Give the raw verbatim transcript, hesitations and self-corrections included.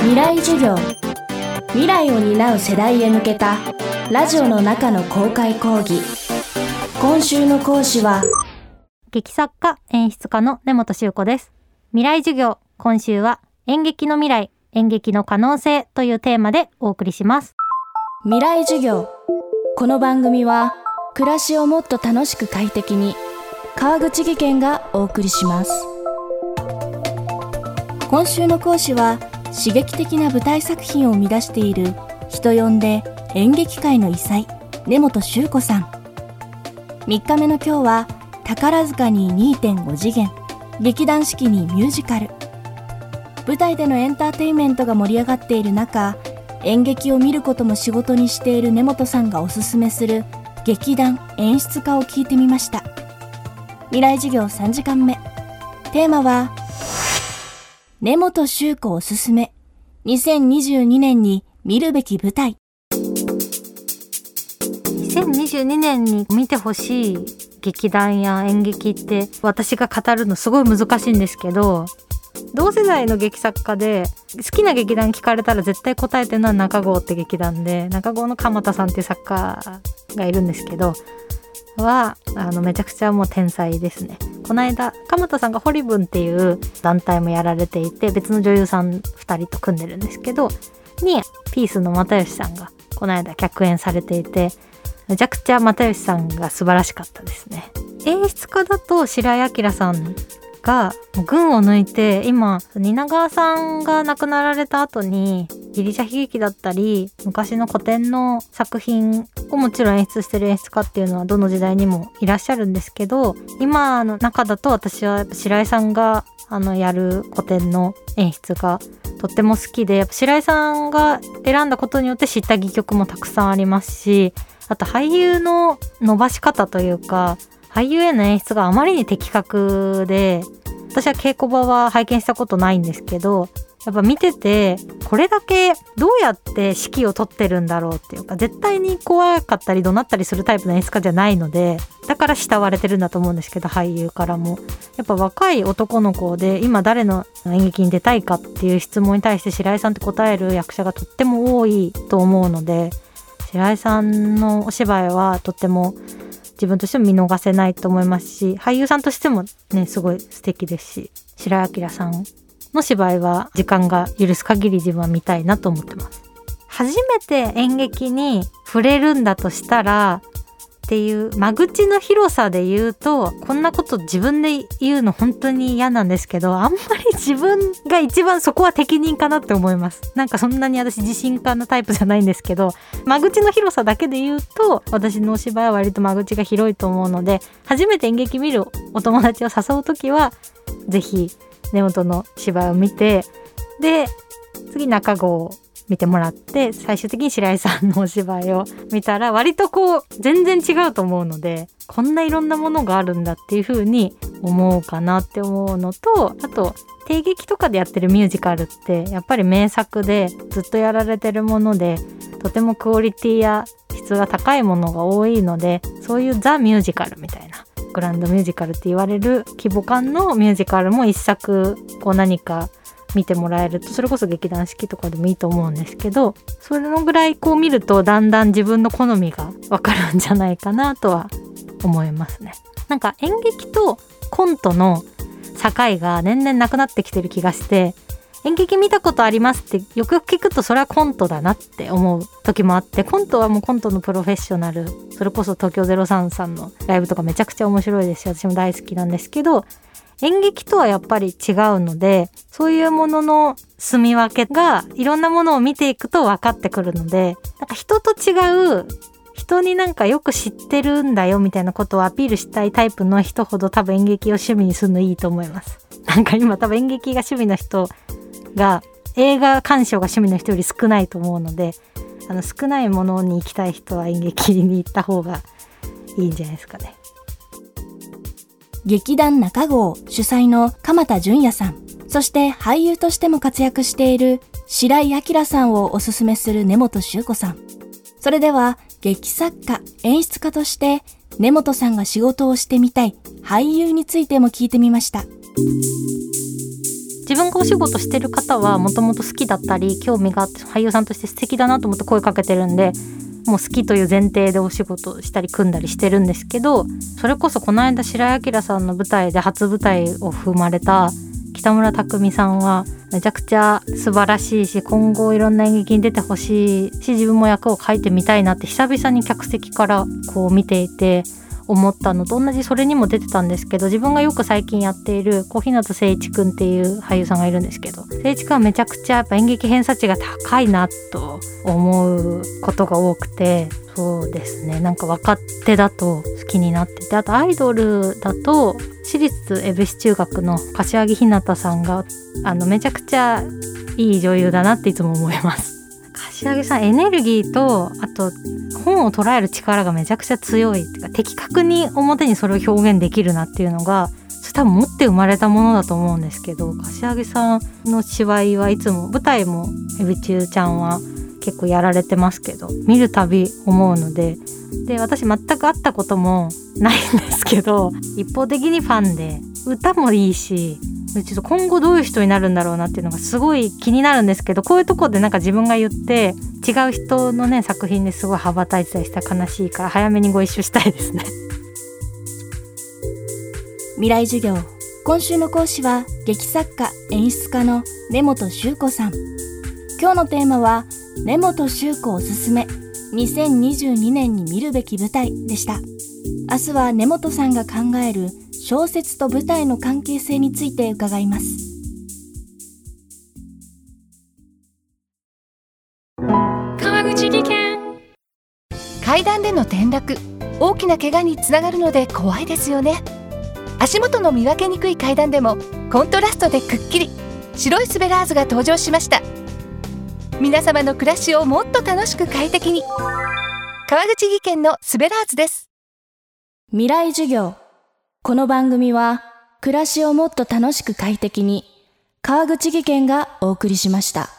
未来授業、未来を担う世代へ向けたラジオの中の公開講義。今週の講師は劇作家演出家の根本修子です。未来授業、今週は演劇の未来、演劇の可能性というテーマでお送りします。 未来授業。この番組は暮らしをもっと楽しく快適に、川口義賢がお送りします。今週の講師は刺激的な舞台作品を生み出している人呼んで演劇界の異才、根本修子さん。みっかめの今日は宝塚に にてんご 次元、劇団四季にミュージカル。舞台でのエンターテインメントが盛り上がっている中、演劇を見ることも仕事にしている根本さんがおすすめする劇団演出家を聞いてみました。未来授業さんじかんめ、テーマは根本修子おすすめにせんにじゅうにねんに見るべき舞台。 にせんにじゅうにねんに見てほしい劇団や演劇って私が語るのすごい難しいんですけど、同世代の劇作家で好きな劇団聞かれたら絶対答えてるのは中郷って劇団で、中郷の鎌田さんっていう作家がいるんですけどはあのめちゃくちゃもう天才ですね。この間鎌田さんがホリブンっていう団体もやられていて、別の女優さんふたりと組んでるんですけどにピースの又吉さんがこの間客演されていて、めちゃくちゃ又吉さんが素晴らしかったですね。演出家だと白井明さんが群を抜いて、今蜷川さんが亡くなられた後にギリシャ悲劇だったり昔の古典の作品をもちろん演出してる演出家っていうのはどの時代にもいらっしゃるんですけど、今の中だと私はやっぱ白井さんがあのやる古典の演出がとっても好きで、やっぱ白井さんが選んだことによって知った戯曲もたくさんありますし、あと俳優の伸ばし方というか俳優への演出があまりに的確で、私は稽古場は拝見したことないんですけど、やっぱ見ててこれだけどうやって指揮を取ってるんだろうっていうか、絶対に怖かったり怒鳴ったりするタイプの演出家じゃないので、だから慕われてるんだと思うんですけど、俳優からもやっぱ若い男の子で今誰の演劇に出たいかっていう質問に対して白井さんって答える役者がとっても多いと思うので、白井さんのお芝居はとっても自分としても見逃せないと思いますし、俳優さんとしてもねすごい素敵ですし、白井明さんの芝居は時間が許す限り自分は見たいなと思ってます。初めて演劇に触れるんだとしたらっていう間口の広さで言うと、こんなこと自分で言うの本当に嫌なんですけど、あんまり自分が一番そこは適任かなって思います。なんかそんなに私自信家なタイプじゃないんですけど、間口の広さだけで言うと私のお芝居は割と間口が広いと思うので、初めて演劇見るお友達を誘うときはぜひ根本の芝居を見て、で次中郷を見てもらって、最終的に白井さんのお芝居を見たら割とこう全然違うと思うので、こんないろんなものがあるんだっていう風に思うかなって思うのと、あと帝劇とかでやってるミュージカルってやっぱり名作でずっとやられてるもので、とてもクオリティや質が高いものが多いので、そういうザ・ミュージカルみたいな、グランドミュージカルって言われる規模感のミュージカルも一作こう何か見てもらえると、それこそ劇団四季とかでもいいと思うんですけど、それのぐらいこう見るとだんだん自分の好みがわかるんじゃないかなとは思いますね。なんか演劇とコントの境が年々なくなってきてる気がして、演劇見たことありますってよくよく聞くとそれはコントだなって思う時もあって、コントはもうコントのプロフェッショナル、それこそ東京ゼロさんさんのライブとかめちゃくちゃ面白いですし、私も大好きなんですけど、演劇とはやっぱり違うので、そういうものの住み分けがいろんなものを見ていくと分かってくるので、なんか人と違う、人になんかよく知ってるんだよみたいなことをアピールしたいタイプの人ほど多分演劇を趣味にするのいいと思います。なんか今多分演劇が趣味の人が映画鑑賞が趣味の人より少ないと思うので、あの少ないものに行きたい人は演劇に行った方がいいんじゃないですかね。 劇団中郷主催の鎌田純也さん、そして俳優としても活躍している白井明さんをおすすめする根本修子さん。それでは劇作家、演出家として根本さんが仕事をしてみたい俳優についても聞いてみました。 自分がお仕事してる方はもともと好きだったり興味があって俳優さんとして素敵だなと思って声かけてるんで、もう好きという前提でお仕事したり組んだりしてるんですけど、それこそこの間白井明さんの舞台で初舞台を踏まれた北村匠海さんはめちゃくちゃ素晴らしいし、今後いろんな演劇に出てほしいし、自分も役を書いてみたいなって久々に客席からこう見ていて思ったのと同じ、それにも出てたんですけど、自分がよく最近やっている小日向誠一くんっていう俳優さんがいるんですけど、誠一くんはめちゃくちゃやっぱ演劇偏差値が高いなと思うことが多くて、そうですね、なんか若手だと好きになってて、あとアイドルだと私立恵比寿中学の柏木ひなたさんがあのめちゃくちゃいい女優だなっていつも思います。柏木さんエネルギーと、あと本を捉える力がめちゃくちゃ強いっていうか、的確に表にそれを表現できるなっていうのが、それ多分持って生まれたものだと思うんですけど、柏木さんの芝居はいつも舞台もエビ中ちゃんは結構やられてますけど、見るたび思うので、で私全く会ったこともないんですけど、一方的にファンで、歌もいいし、ちょっと今後どういう人になるんだろうなっていうのがすごい気になるんですけど、こういうところでなんか自分が言って違う人のね作品ですごい羽ばたいてたりしたら悲しいから、早めにご一緒したいですね。 未来授業、今週の講師は劇作家演出家の根本宗子さん。今日のテーマは根本宗子おすすめにせんにじゅうにねんに見るべき舞台でした。明日は根本さんが考える小説と舞台の関係性について伺います。 川口技研。階段での転落、大きな怪我につながるので怖いですよね。足元の見分けにくい階段でもコントラストでくっきり白いスベラーズが登場しました。皆様の暮らしをもっと楽しく快適に、川口技研のスベラーズです。 未来授業、この番組は暮らしをもっと楽しく快適に、川口技研がお送りしました。